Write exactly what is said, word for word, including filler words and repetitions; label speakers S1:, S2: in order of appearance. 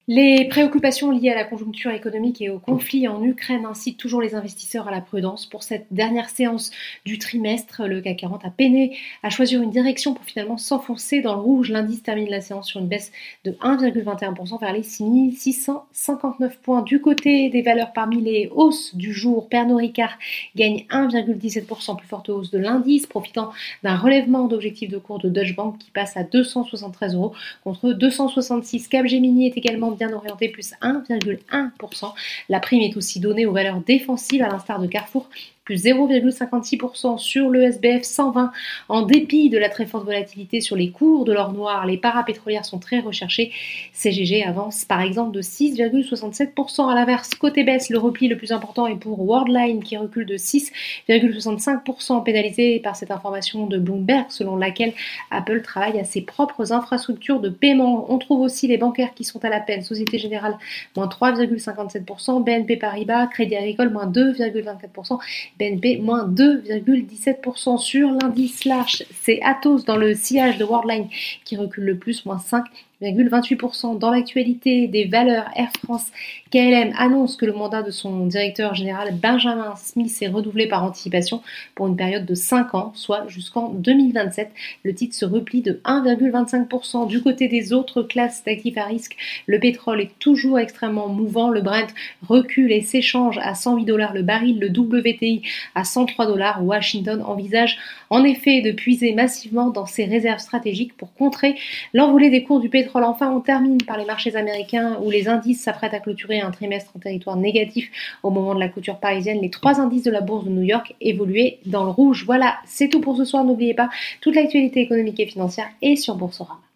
S1: Les préoccupations liées à la conjoncture économique et au conflit en Ukraine incitent toujours les investisseurs à la prudence. Pour cette dernière séance du trimestre, le C A C quarante a peiné à choisir une direction pour finalement s'enfoncer dans le rouge. L'indice termine la séance sur une baisse de un virgule vingt et un pour cent vers les six mille six cent cinquante-neuf points. Du côté des valeurs parmi les hausses du jour, Pernod Ricard gagne un virgule dix-sept pour cent, plus forte hausse de l'indice, profitant d'un relèvement d'objectifs de cours de Deutsche Bank qui passe à deux cent soixante-treize euros contre deux cent soixante-six. Capgemini est également bien orienté, plus un virgule un pour cent. La prime est aussi donnée aux valeurs défensives, à l'instar de Carrefour, plus zéro virgule cinquante-six pour cent sur le S B F cent vingt. En dépit de la très forte volatilité sur les cours de l'or noir, les parapétrolières sont très recherchées. C G G avance par exemple de six virgule soixante-sept pour cent. À l'inverse, côté baisse, le repli le plus important est pour Worldline qui recule de six virgule soixante-cinq pour cent, pénalisé par cette information de Bloomberg selon laquelle Apple travaille à ses propres infrastructures de paiement. On trouve aussi les bancaires qui sont à la peine. Société Générale, moins trois virgule cinquante-sept pour cent, B N P Paribas, Crédit Agricole, moins deux virgule vingt-quatre pour cent, B N P, moins deux virgule dix-sept pour cent. Sur l'indice large, c'est Atos dans le sillage de Worldline qui recule le plus, moins cinq virgule vingt-huit pour cent. Dans l'actualité des valeurs, Air France K L M annonce que le mandat de son directeur général Benjamin Smith est renouvelé par anticipation pour une période de cinq ans, soit jusqu'en deux mille vingt-sept. Le titre se replie de un virgule vingt-cinq pour cent. Du côté des autres classes d'actifs à risque, le pétrole est toujours extrêmement mouvant. Le Brent recule et s'échange à cent huit dollars le baril, le W T I à cent trois dollars. Washington envisage en effet de puiser massivement dans ses réserves stratégiques pour contrer l'envolée des cours du pétrole. Enfin, on termine par les marchés américains où les indices s'apprêtent à clôturer un trimestre en territoire négatif. Au moment de la clôture parisienne, les trois indices de la bourse de New York évoluaient dans le rouge. Voilà, c'est tout pour ce soir. N'oubliez pas, toute l'actualité économique et financière est sur Boursorama.